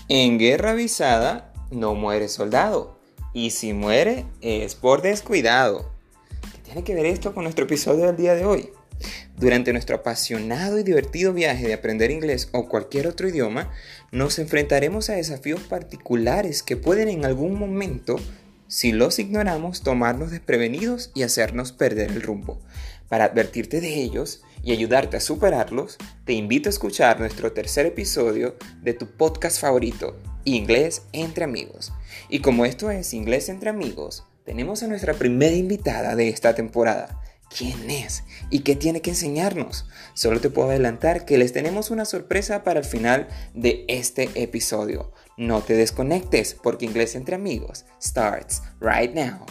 En guerra avisada no muere soldado, y si muere es por descuidado. ¿Qué tiene que ver esto con nuestro episodio del día de hoy? Durante nuestro apasionado y divertido viaje de aprender inglés o cualquier otro idioma, nos enfrentaremos a desafíos particulares que pueden en algún momento, si los ignoramos, tomarnos desprevenidos y hacernos perder el rumbo. Para advertirte de ellos y ayudarte a superarlos, te invito a escuchar nuestro tercer episodio de tu podcast favorito, Inglés entre Amigos. Y como esto es Inglés entre Amigos, tenemos a nuestra primera invitada de esta temporada. ¿Quién es? ¿Y qué tiene que enseñarnos? Solo te puedo adelantar que les tenemos una sorpresa para el final de este episodio. No te desconectes porque Inglés entre Amigos starts right now.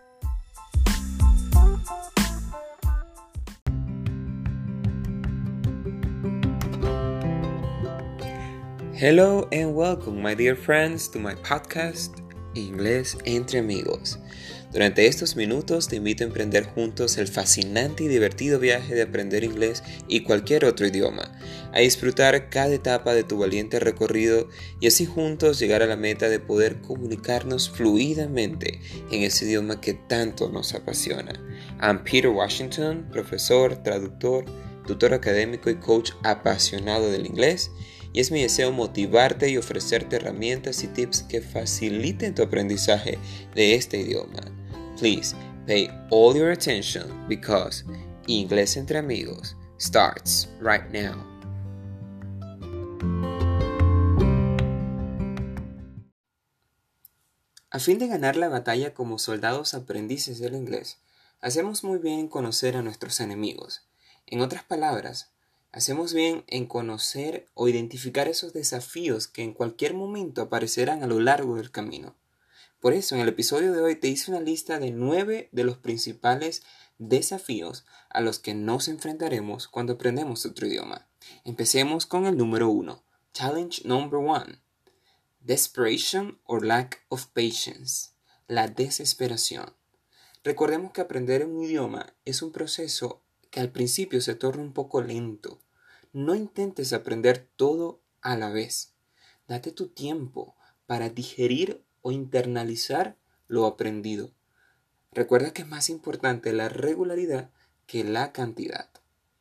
Hello and welcome, my dear friends, to my podcast Inglés entre Amigos. Durante estos minutos te invito a emprender juntos el fascinante y divertido viaje de aprender inglés y cualquier otro idioma, a disfrutar cada etapa de tu valiente recorrido y así juntos llegar a la meta de poder comunicarnos fluidamente en ese idioma que tanto nos apasiona. I'm Peter Washington, profesor, traductor, tutor académico y coach apasionado del inglés, y es mi deseo motivarte y ofrecerte herramientas y tips que faciliten tu aprendizaje de este idioma. Please pay all your attention because Inglés entre Amigos starts right now. A fin de ganar la batalla como soldados aprendices del inglés, hacemos muy bien en conocer a nuestros enemigos. En otras palabras, hacemos bien en conocer o identificar esos desafíos que en cualquier momento aparecerán a lo largo del camino. Por eso, en el episodio de hoy te hice una lista de 9 de los principales desafíos a los que nos enfrentaremos cuando aprendemos otro idioma. Empecemos con el número 1. Challenge number 1. Desperation or lack of patience. La desesperación. Recordemos que aprender un idioma es un proceso que al principio se torna un poco lento. No intentes aprender todo a la vez. Date tu tiempo para digerir o internalizar lo aprendido. Recuerda que es más importante la regularidad que la cantidad.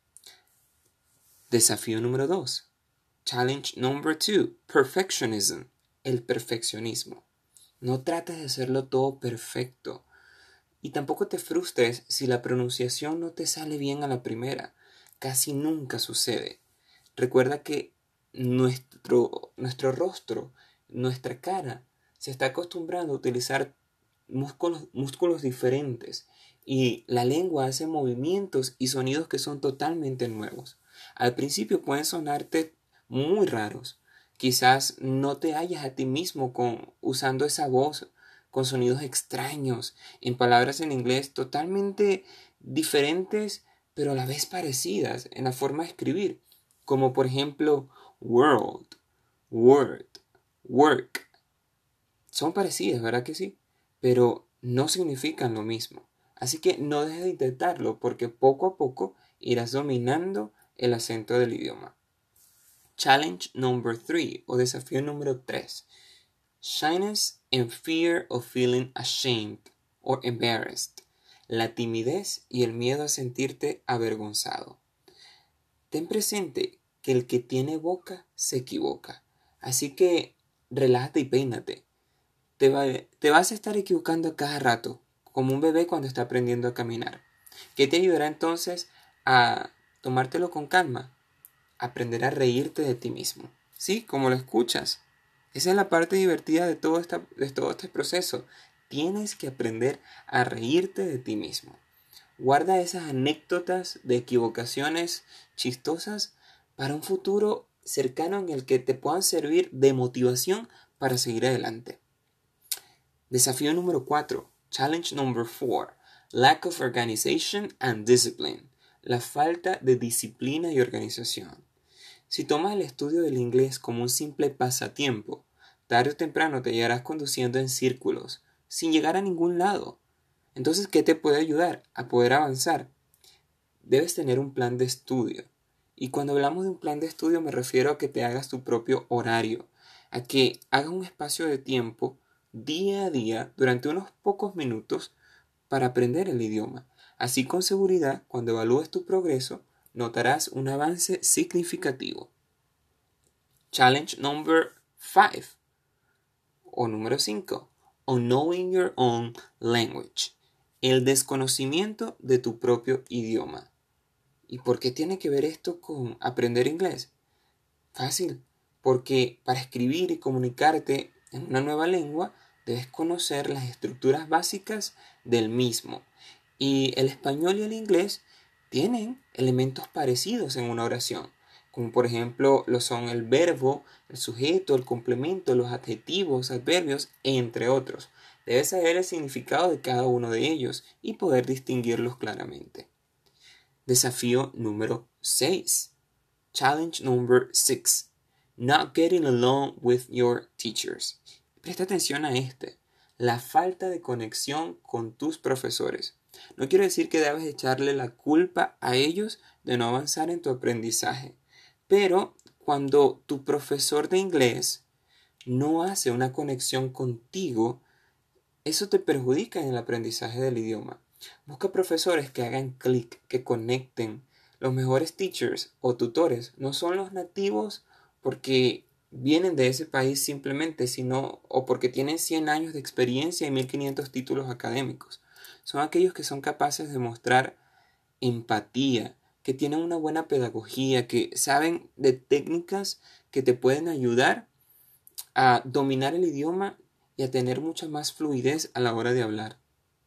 Desafío número 2. Challenge number 2. Perfectionism. El perfeccionismo. No trates de hacerlo todo perfecto. Y tampoco te frustres si la pronunciación no te sale bien a la primera. Casi nunca sucede. Recuerda que nuestro rostro, nuestra cara, se está acostumbrando a utilizar músculos diferentes y la lengua hace movimientos y sonidos que son totalmente nuevos. Al principio pueden sonarte muy raros. Quizás no te hallas a ti mismo usando esa voz con sonidos extraños, en palabras en inglés totalmente diferentes, pero a la vez parecidas en la forma de escribir, como por ejemplo world, word, work. Son parecidas, ¿verdad que sí? Pero no significan lo mismo. Así que no dejes de intentarlo porque poco a poco irás dominando el acento del idioma. Challenge number 3 o desafío número 3. Shyness and fear of feeling ashamed or embarrassed. La timidez y el miedo a sentirte avergonzado. Ten presente que el que tiene boca se equivoca. Así que relájate y peínate. Te vas a estar equivocando a cada rato, como un bebé cuando está aprendiendo a caminar. ¿Qué te ayudará entonces a tomártelo con calma? Aprender a reírte de ti mismo. ¿Sí? Como lo escuchas. Esa es la parte divertida de todo este proceso. Tienes que aprender a reírte de ti mismo. Guarda esas anécdotas de equivocaciones chistosas para un futuro cercano en el que te puedan servir de motivación para seguir adelante. Desafío número 4. Challenge number 4. Lack of organization and discipline. La falta de disciplina y organización. Si tomas el estudio del inglés como un simple pasatiempo, tarde o temprano te llegarás conduciendo en círculos, sin llegar a ningún lado. Entonces, ¿qué te puede ayudar a poder avanzar? Debes tener un plan de estudio. Y cuando hablamos de un plan de estudio me refiero a que te hagas tu propio horario. a que hagas un espacio de tiempo día a día durante unos pocos minutos para aprender el idioma. Así con seguridad, cuando evalúes tu progreso, notarás un avance significativo. Challenge number 5 o número 5. Unknowing your own language. El desconocimiento de tu propio idioma. ¿Y por qué tiene que ver esto con aprender inglés? Fácil, porque para escribir y comunicarte en una nueva lengua debes conocer las estructuras básicas del mismo. Y el español y el inglés tienen elementos parecidos en una oración, como por ejemplo lo son el verbo, el sujeto, el complemento, los adjetivos, adverbios, entre otros. Debes saber el significado de cada uno de ellos y poder distinguirlos claramente. Desafío número 6. Challenge number 6. Not getting along with your teachers. Presta atención a la falta de conexión con tus profesores. No quiero decir que debes echarle la culpa a ellos de no avanzar en tu aprendizaje, pero cuando tu profesor de inglés no hace una conexión contigo, eso te perjudica en el aprendizaje del idioma. Busca profesores que hagan clic, que conecten. Los mejores teachers o tutores no son los nativos porque vienen de ese país simplemente, sino o porque tienen 100 años de experiencia y 1500 títulos académicos. Son aquellos que son capaces de mostrar empatía, que tienen una buena pedagogía, que saben de técnicas que te pueden ayudar a dominar el idioma y a tener mucha más fluidez a la hora de hablar.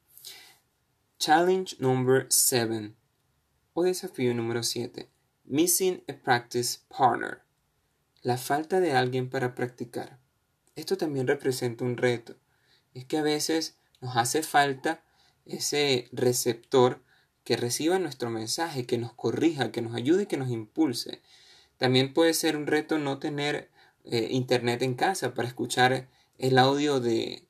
Challenge number 7 o desafío número 7. Missing a practice partner. La falta de alguien para practicar. Esto también representa un reto. Es que a veces nos hace falta ese receptor que reciba nuestro mensaje, que nos corrija, que nos ayude y que nos impulse. También puede ser un reto no tener internet en casa para escuchar el audio de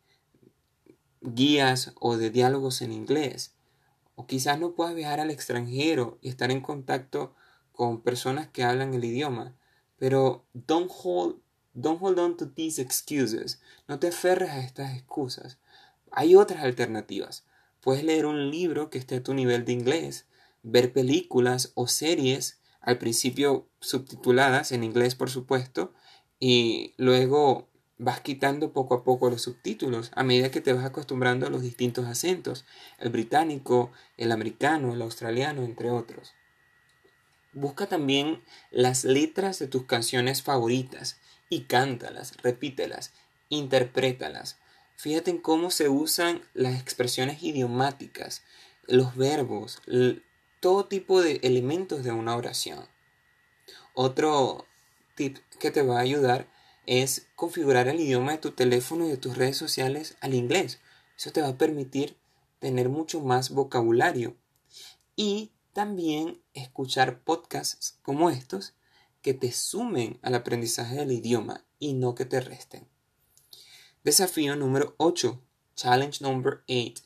guías o de diálogos en inglés. O quizás no puedas viajar al extranjero y estar en contacto con personas que hablan el idioma. Pero don't hold on to these excuses. No te aferres a estas excusas. Hay otras alternativas. Puedes leer un libro que esté a tu nivel de inglés, ver películas o series, al principio subtituladas en inglés por supuesto, y luego vas quitando poco a poco los subtítulos a medida que te vas acostumbrando a los distintos acentos, el británico, el americano, el australiano, entre otros. Busca también las letras de tus canciones favoritas y cántalas, repítelas, interprétalas. Fíjate en cómo se usan las expresiones idiomáticas, los verbos, todo tipo de elementos de una oración. Otro tip que te va a ayudar es configurar el idioma de tu teléfono y de tus redes sociales al inglés. Eso te va a permitir tener mucho más vocabulario. Y también escuchar podcasts como estos que te sumen al aprendizaje del idioma y no que te resten. Desafío número 8. Challenge number 8.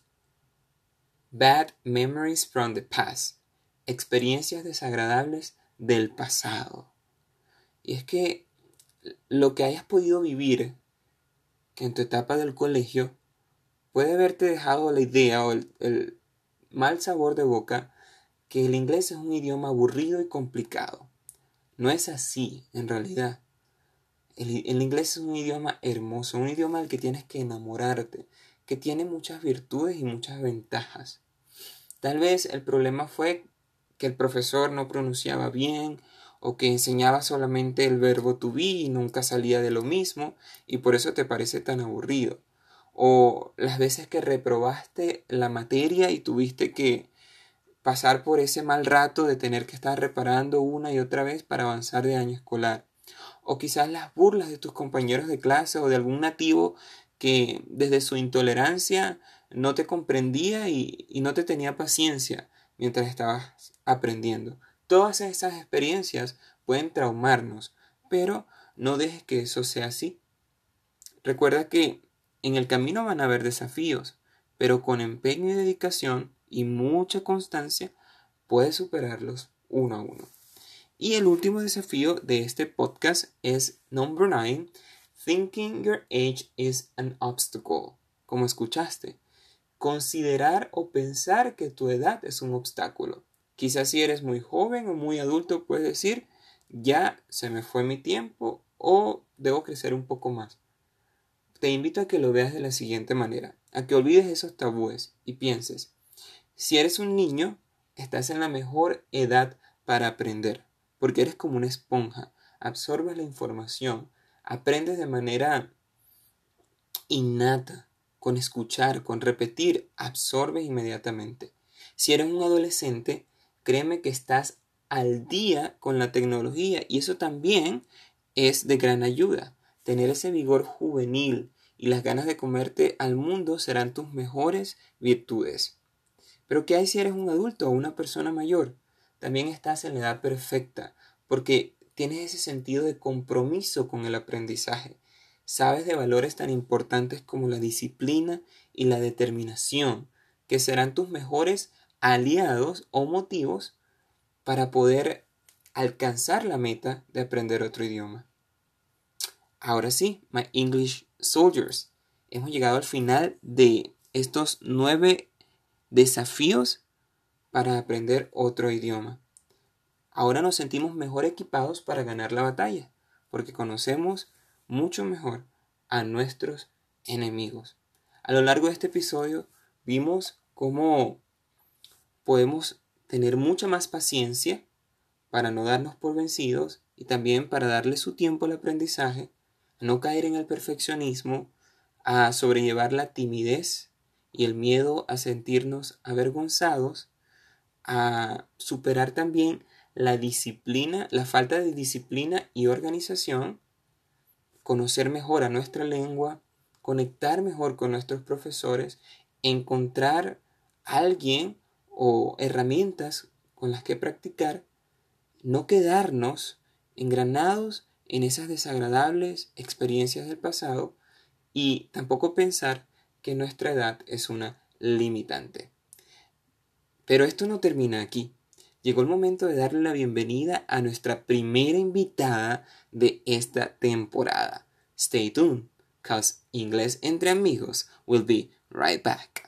Bad memories from the past. Experiencias desagradables del pasado. Y es que lo que hayas podido vivir que en tu etapa del colegio puede haberte dejado la idea o el mal sabor de boca que el inglés es un idioma aburrido y complicado. No es así, en realidad. El inglés es un idioma hermoso, un idioma al que tienes que enamorarte, que tiene muchas virtudes y muchas ventajas. Tal vez el problema fue que el profesor no pronunciaba bien o que enseñaba solamente el verbo to be y nunca salía de lo mismo y por eso te parece tan aburrido. O las veces que reprobaste la materia y tuviste que pasar por ese mal rato de tener que estar reparando una y otra vez para avanzar de año escolar. O quizás las burlas de tus compañeros de clase o de algún nativo que desde su intolerancia no te comprendía y no te tenía paciencia mientras estabas aprendiendo. Todas esas experiencias pueden traumarnos, pero no dejes que eso sea así. Recuerda que en el camino van a haber desafíos, pero con empeño y dedicación y mucha constancia puedes superarlos uno a uno. Y el último desafío de este podcast es number 9, Thinking your age is an obstacle. Como escuchaste, considerar o pensar que tu edad es un obstáculo. Quizás si eres muy joven o muy adulto puedes decir, ya se me fue mi tiempo o debo crecer un poco más. Te invito a que lo veas de la siguiente manera, a que olvides esos tabúes y pienses, si eres un niño, estás en la mejor edad para aprender, porque eres como una esponja, absorbes la información, aprendes de manera innata, con escuchar, con repetir, absorbes inmediatamente. Si eres un adolescente, créeme que estás al día con la tecnología y eso también es de gran ayuda. Tener ese vigor juvenil y las ganas de comerte al mundo serán tus mejores virtudes. Pero ¿qué hay si eres un adulto o una persona mayor? También estás en la edad perfecta, porque tienes ese sentido de compromiso con el aprendizaje. Sabes de valores tan importantes como la disciplina y la determinación, que serán tus mejores aliados o motivos para poder alcanzar la meta de aprender otro idioma. Ahora sí, my English soldiers, hemos llegado al final de estos 9 desafíos para aprender otro idioma. Ahora nos sentimos mejor equipados para ganar la batalla, porque conocemos mucho mejor a nuestros enemigos. A lo largo de este episodio vimos cómo podemos tener mucha más paciencia para no darnos por vencidos y también para darle su tiempo al aprendizaje, a no caer en el perfeccionismo, a sobrellevar la timidez y el miedo a sentirnos avergonzados, a superar también la disciplina, la falta de disciplina y organización, conocer mejor a nuestra lengua, conectar mejor con nuestros profesores, encontrar alguien o herramientas con las que practicar, no quedarnos engranados en esas desagradables experiencias del pasado y tampoco pensar que nuestra edad es una limitante. Pero esto no termina aquí. Llegó el momento de darle la bienvenida a nuestra primera invitada de esta temporada. Stay tuned, cause Inglés entre amigos will be right back.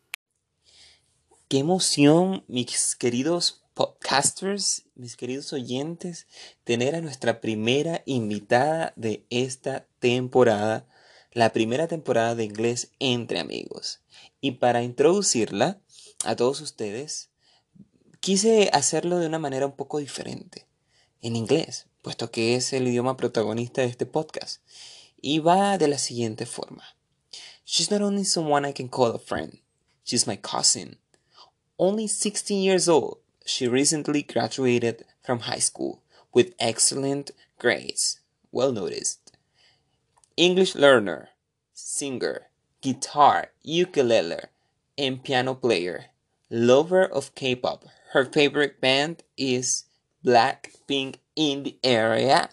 Qué emoción, mis queridos podcasters, mis queridos oyentes, tener a nuestra primera invitada de esta temporada, la primera temporada de Inglés entre amigos. Y para introducirla a todos ustedes, quise hacerlo de una manera un poco diferente, en inglés, puesto que es el idioma protagonista de este podcast. Y va de la siguiente forma. She's not only someone I can call a friend, she's my cousin. Only 16 years old, she recently graduated from high school with excellent grades. Well noticed. English learner, singer, guitar, ukulele, and piano player. Lover of K-pop. Her favorite band is Blackpink in the area.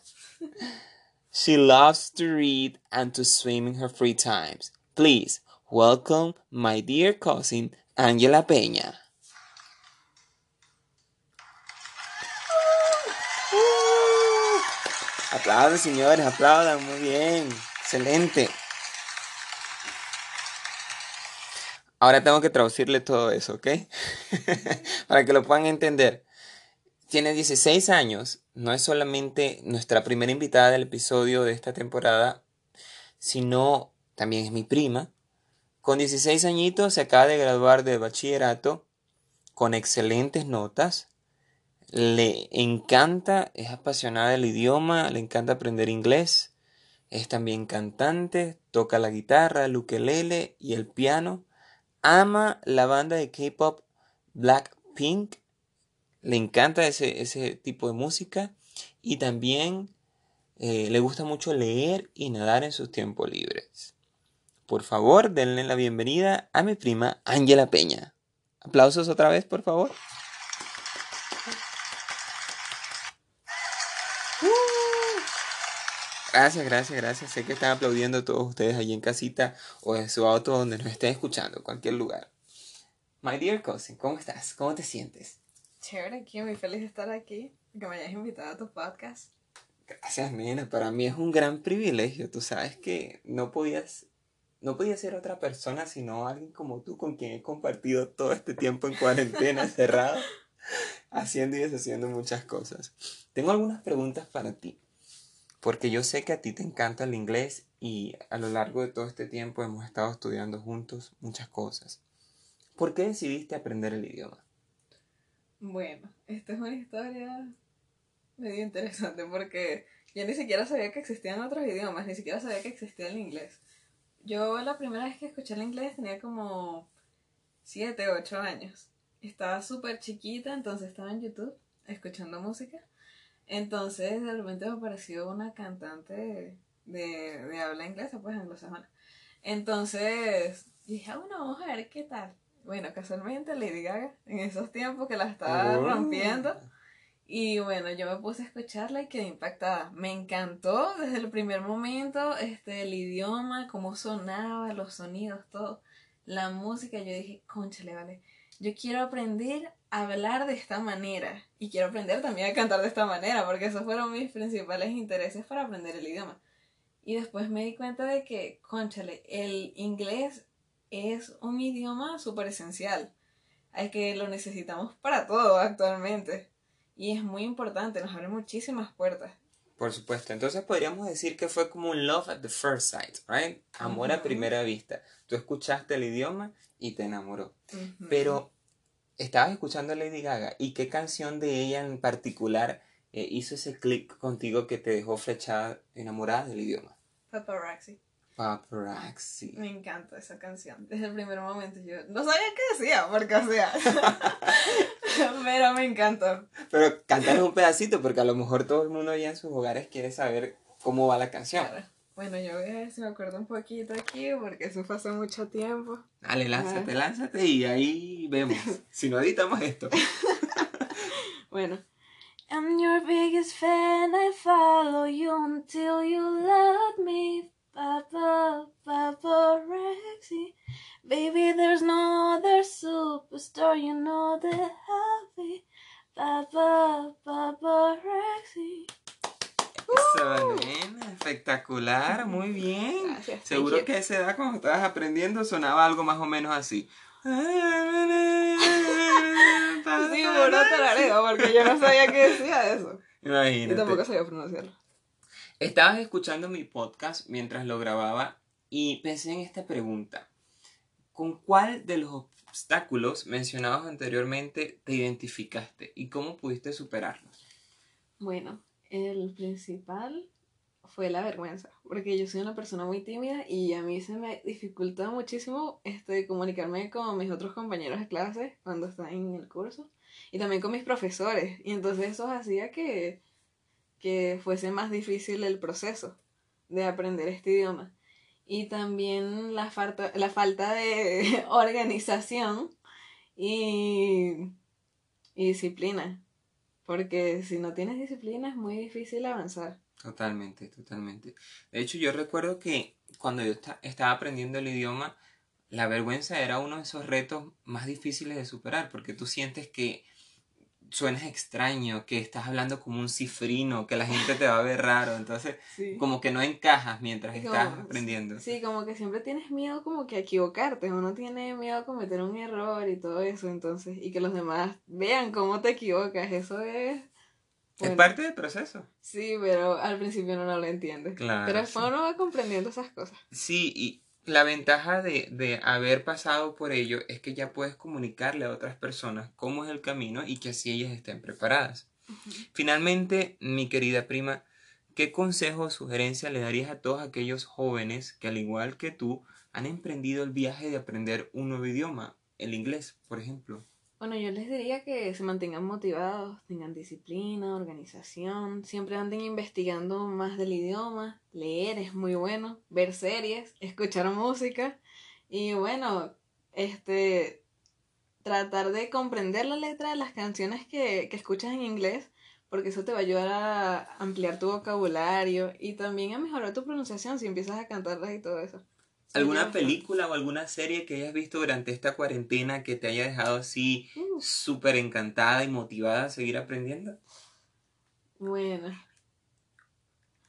She loves to read and to swim in her free times. Please welcome my dear cousin Angela Peña. Aplaudan, señores, aplaudan, muy bien, excelente. Ahora tengo que traducirle todo eso, ¿ok? Para que lo puedan entender. Tiene 16 años, no es solamente nuestra primera invitada del episodio de esta temporada, sino también es mi prima. Con 16 añitos se acaba de graduar de bachillerato con excelentes notas. Le encanta, es apasionada del idioma, le encanta aprender inglés. Es también cantante, toca la guitarra, el ukelele y el piano. Ama la banda de K-pop Blackpink. Le encanta ese tipo de música. Y también le gusta mucho leer y nadar en sus tiempos libres. Por favor, denle la bienvenida a mi prima Ángela Peña. Aplausos otra vez, por favor. Gracias. Sé que están aplaudiendo todos ustedes allí en casita o en su auto donde nos estén escuchando, cualquier lugar. My dear cousin, ¿cómo estás? ¿Cómo te sientes? Chévere, aquí muy feliz de estar aquí, que me hayas invitado a tu podcast. Gracias, nena. Para mí es un gran privilegio. Tú sabes que no podía ser otra persona sino alguien como tú con quien he compartido todo este tiempo en cuarentena, encerrado, haciendo y deshaciendo muchas cosas. Tengo algunas preguntas para ti, porque yo sé que a ti te encanta el inglés y a lo largo de todo este tiempo hemos estado estudiando juntos muchas cosas. ¿Por qué decidiste aprender el idioma? Bueno, esta es una historia medio interesante porque yo ni siquiera sabía que existían otros idiomas, ni siquiera sabía que existía el inglés. Yo la primera vez que escuché el inglés tenía como 7, 8 años. Estaba súper chiquita, entonces estaba en YouTube escuchando música. Entonces de repente me apareció una cantante de habla inglesa, pues anglosajona. Entonces dije, bueno, vamos a ver qué tal. Bueno, casualmente Lady Gaga, en esos tiempos que la estaba Oh. rompiendo. Y bueno, yo me puse a escucharla y quedé impactada. Me encantó desde el primer momento, el idioma, cómo sonaba, los sonidos, todo. La música, yo dije, cónchale, vale. Yo quiero aprender a hablar de esta manera. Y quiero aprender también a cantar de esta manera, porque esos fueron mis principales intereses para aprender el idioma. Y después me di cuenta de que, cónchale, el inglés es un idioma súper esencial. Es que lo necesitamos para todo actualmente. Y es muy importante, nos abre muchísimas puertas. Por supuesto, entonces podríamos decir que fue como un love at the first sight, right? Amor a Ujú, primera vista. Tú escuchaste el idioma y te enamoró. ujú. Pero estabas escuchando a Lady Gaga y qué canción de ella en particular hizo ese clic contigo que te dejó flechada, enamorada del idioma. Paparazzi. Paparazzi. Me encanta esa canción. Desde el primer momento yo no sabía qué decía, porque o sea, pero me encantó. Pero cántanos un pedacito porque a lo mejor todo el mundo allá en sus hogares quiere saber cómo va la canción. Claro. Bueno, yo voy a ver si me acuerdo un poquito aquí, porque eso fue hace mucho tiempo. Dale, Ah, lánzate y ahí vemos. Si no editamos esto. bueno. I'm your biggest fan, I follow you until you let me. Papa, paparazzi. Baby, there's no other superstar, you know that I'll be. Papa, paparazzi. Eso, nena, espectacular, muy bien. Gracias, thank Seguro you. que a esa edad cuando estabas aprendiendo sonaba algo más o menos así. Sí, puro tarareo, porque yo no sabía qué decía eso. Y tampoco Imagínate. sabía pronunciarlo. Estabas escuchando mi podcast mientras lo grababa y pensé en esta pregunta. ¿Con cuál de los obstáculos mencionados anteriormente te identificaste y cómo pudiste superarlos? Bueno, el principal fue la vergüenza, porque yo soy una persona muy tímida y a mí se me dificulta muchísimo comunicarme con mis otros compañeros de clase cuando están en el curso y también con mis profesores. Y entonces eso hacía que fuese más difícil el proceso de aprender este idioma. Y también la falta de organización y, y disciplina, porque si no tienes disciplina es muy difícil avanzar. Totalmente, totalmente. De hecho, yo recuerdo que cuando yo estaba aprendiendo el idioma, la vergüenza era uno de esos retos más difíciles de superar, porque tú sientes que suenas extraño, que estás hablando como un cifrino, que la gente te va a ver raro, entonces Sí. como que no encajas mientras Y estás como, aprendiendo. sí, como que siempre tienes miedo como que a equivocarte, uno tiene miedo a cometer un error y todo eso, entonces, y que los demás vean cómo te equivocas, eso es, Es bueno, parte del proceso. sí, pero al principio uno no lo entiende, pero Claro, después sí. uno va comprendiendo esas cosas. Sí, y la ventaja de haber pasado por ello es que ya puedes comunicarle a otras personas cómo es el camino y que así ellas estén preparadas. Ujú. Finalmente, mi querida prima, ¿qué consejo o sugerencia le darías a todos aquellos jóvenes que, al igual que tú, han emprendido el viaje de aprender un nuevo idioma, el inglés, por ejemplo? Bueno, yo les diría que se mantengan motivados, tengan disciplina, organización, siempre anden investigando más del idioma, leer es muy bueno, ver series, escuchar música y bueno, este, tratar de comprender la letra de las canciones que escuchas en inglés, porque eso te va a ayudar a ampliar tu vocabulario y también a mejorar tu pronunciación si empiezas a cantarlas y todo eso. Eso ayuda ¿Alguna bastante. película o alguna serie que hayas visto durante esta cuarentena que te haya dejado así Uf, súper encantada y motivada a seguir aprendiendo? bueno.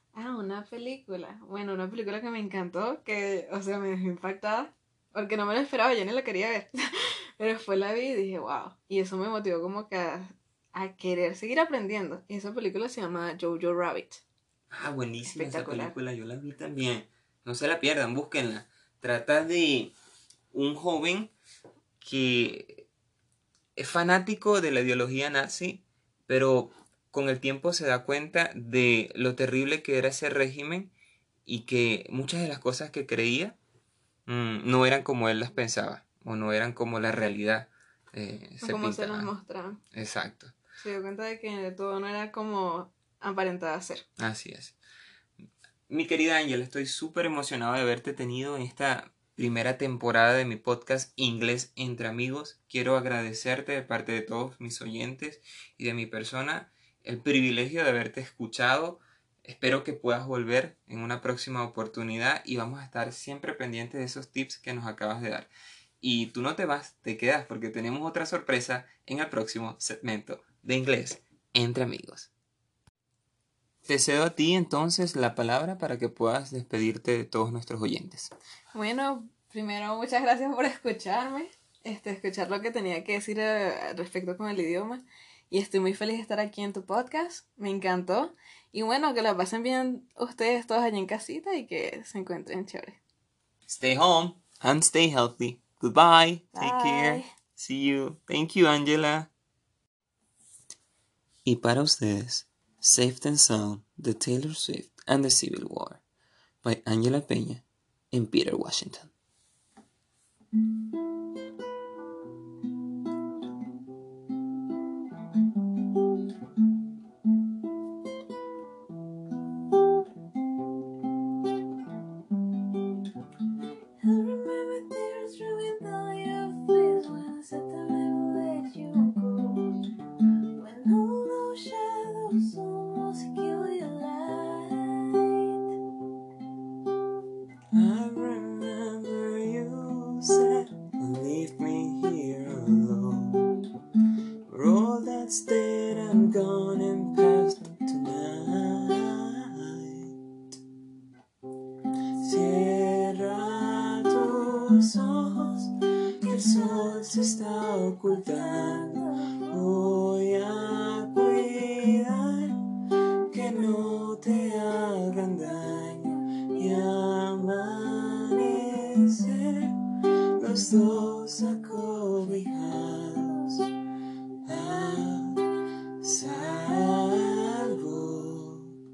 Una película. Bueno, una película que me encantó, que, o sea, me dejó impactada, porque no me lo esperaba, yo ni la quería ver. Pero después la vi y dije, wow. Y eso me motivó como que a querer seguir aprendiendo. Y esa película se llama Jojo Rabbit. Buenísima esa Espectacular. película, yo la vi también. No se la pierdan, búsquenla. Trata de un joven que es fanático de la ideología nazi, pero con el tiempo se da cuenta de lo terrible que era ese régimen y que muchas de las cosas que creía no eran como él las pensaba o no eran como la realidad O se como se las pintaba. mostraban. Exacto, Se dio cuenta de que todo no era como aparentaba ser. así es. Mi querida Ángela, estoy súper emocionado de haberte tenido en esta primera temporada de mi podcast Inglés entre amigos. Quiero agradecerte de parte de todos mis oyentes y de mi persona el privilegio de haberte escuchado. Espero que puedas volver en una próxima oportunidad y vamos a estar siempre pendientes de esos tips que nos acabas de dar. Y tú no te vas, te quedas porque tenemos otra sorpresa en el próximo segmento de Inglés entre amigos. Te cedo a ti entonces la palabra para que puedas despedirte de todos nuestros oyentes. Bueno, primero muchas gracias por escucharme, escuchar lo que tenía que decir respecto con el idioma. Y estoy muy feliz de estar aquí en tu podcast, me encantó. Y bueno, que la pasen bien ustedes todos allá en casita y que se encuentren chévere. Stay home and stay healthy. Goodbye. Take care. Bye. See you. Thank you, Angela. Y para ustedes, Safe and Sound de Taylor Swift and the Civil War by Angela Peña and Peter Washington. Dead and gone and past tonight. Cierra tus ojos, que el sol se está ocultando. Voy a cuidar que no te hagan daño y amanecer los dos acobijados. Salvo.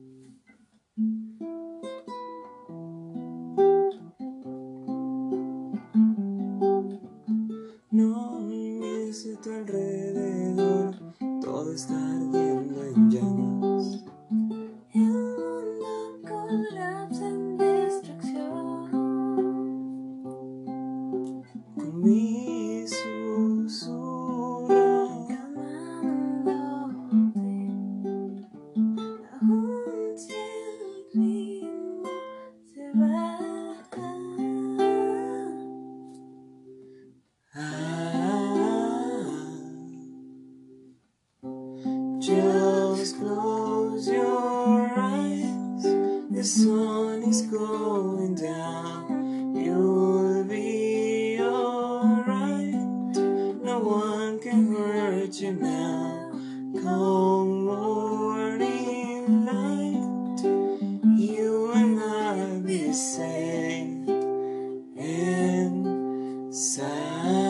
No mires a tu alrededor, todo está ardiendo en llamas. El mundo colapsa en destrucción. Con mi susurro just close your eyes, the sun is going down, you'll be alright, no one can hurt you now, come morning light, you and I'll be safe and sound.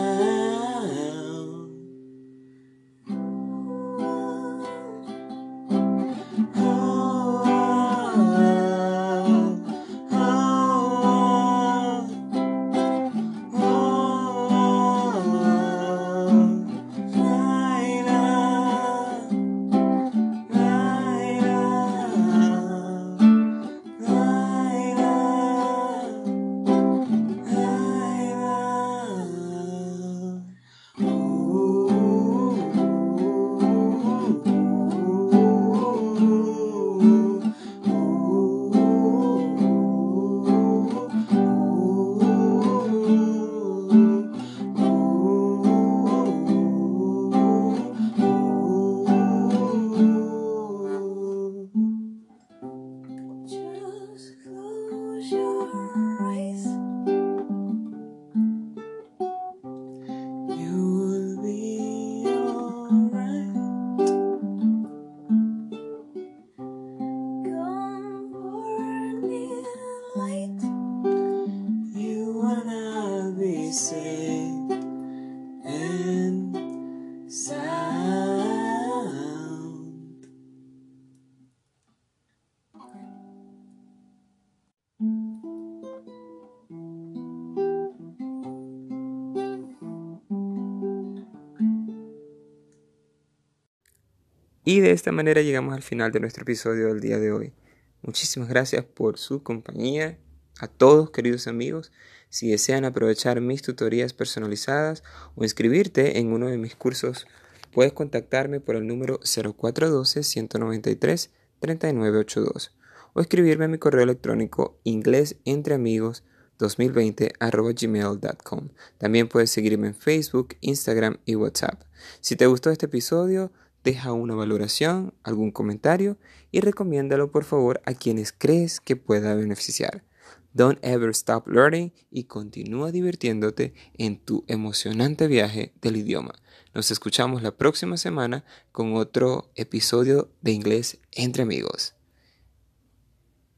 Oh, oh, oh. Y de esta manera llegamos al final de nuestro episodio del día de hoy. Muchísimas gracias por su compañía. A todos, queridos amigos, si desean aprovechar mis tutorías personalizadas o inscribirte en uno de mis cursos, puedes contactarme por el número 0412-193-3982 o escribirme a mi correo electrónico inglesentreamigos2020@gmail.com. También puedes seguirme en Facebook, Instagram y WhatsApp. Si te gustó este episodio, deja una valoración, algún comentario y recomiéndalo por favor a quienes crees que pueda beneficiar. Don't ever stop learning y continúa divirtiéndote en tu emocionante viaje del idioma. Nos escuchamos la próxima semana con otro episodio de Inglés entre Amigos.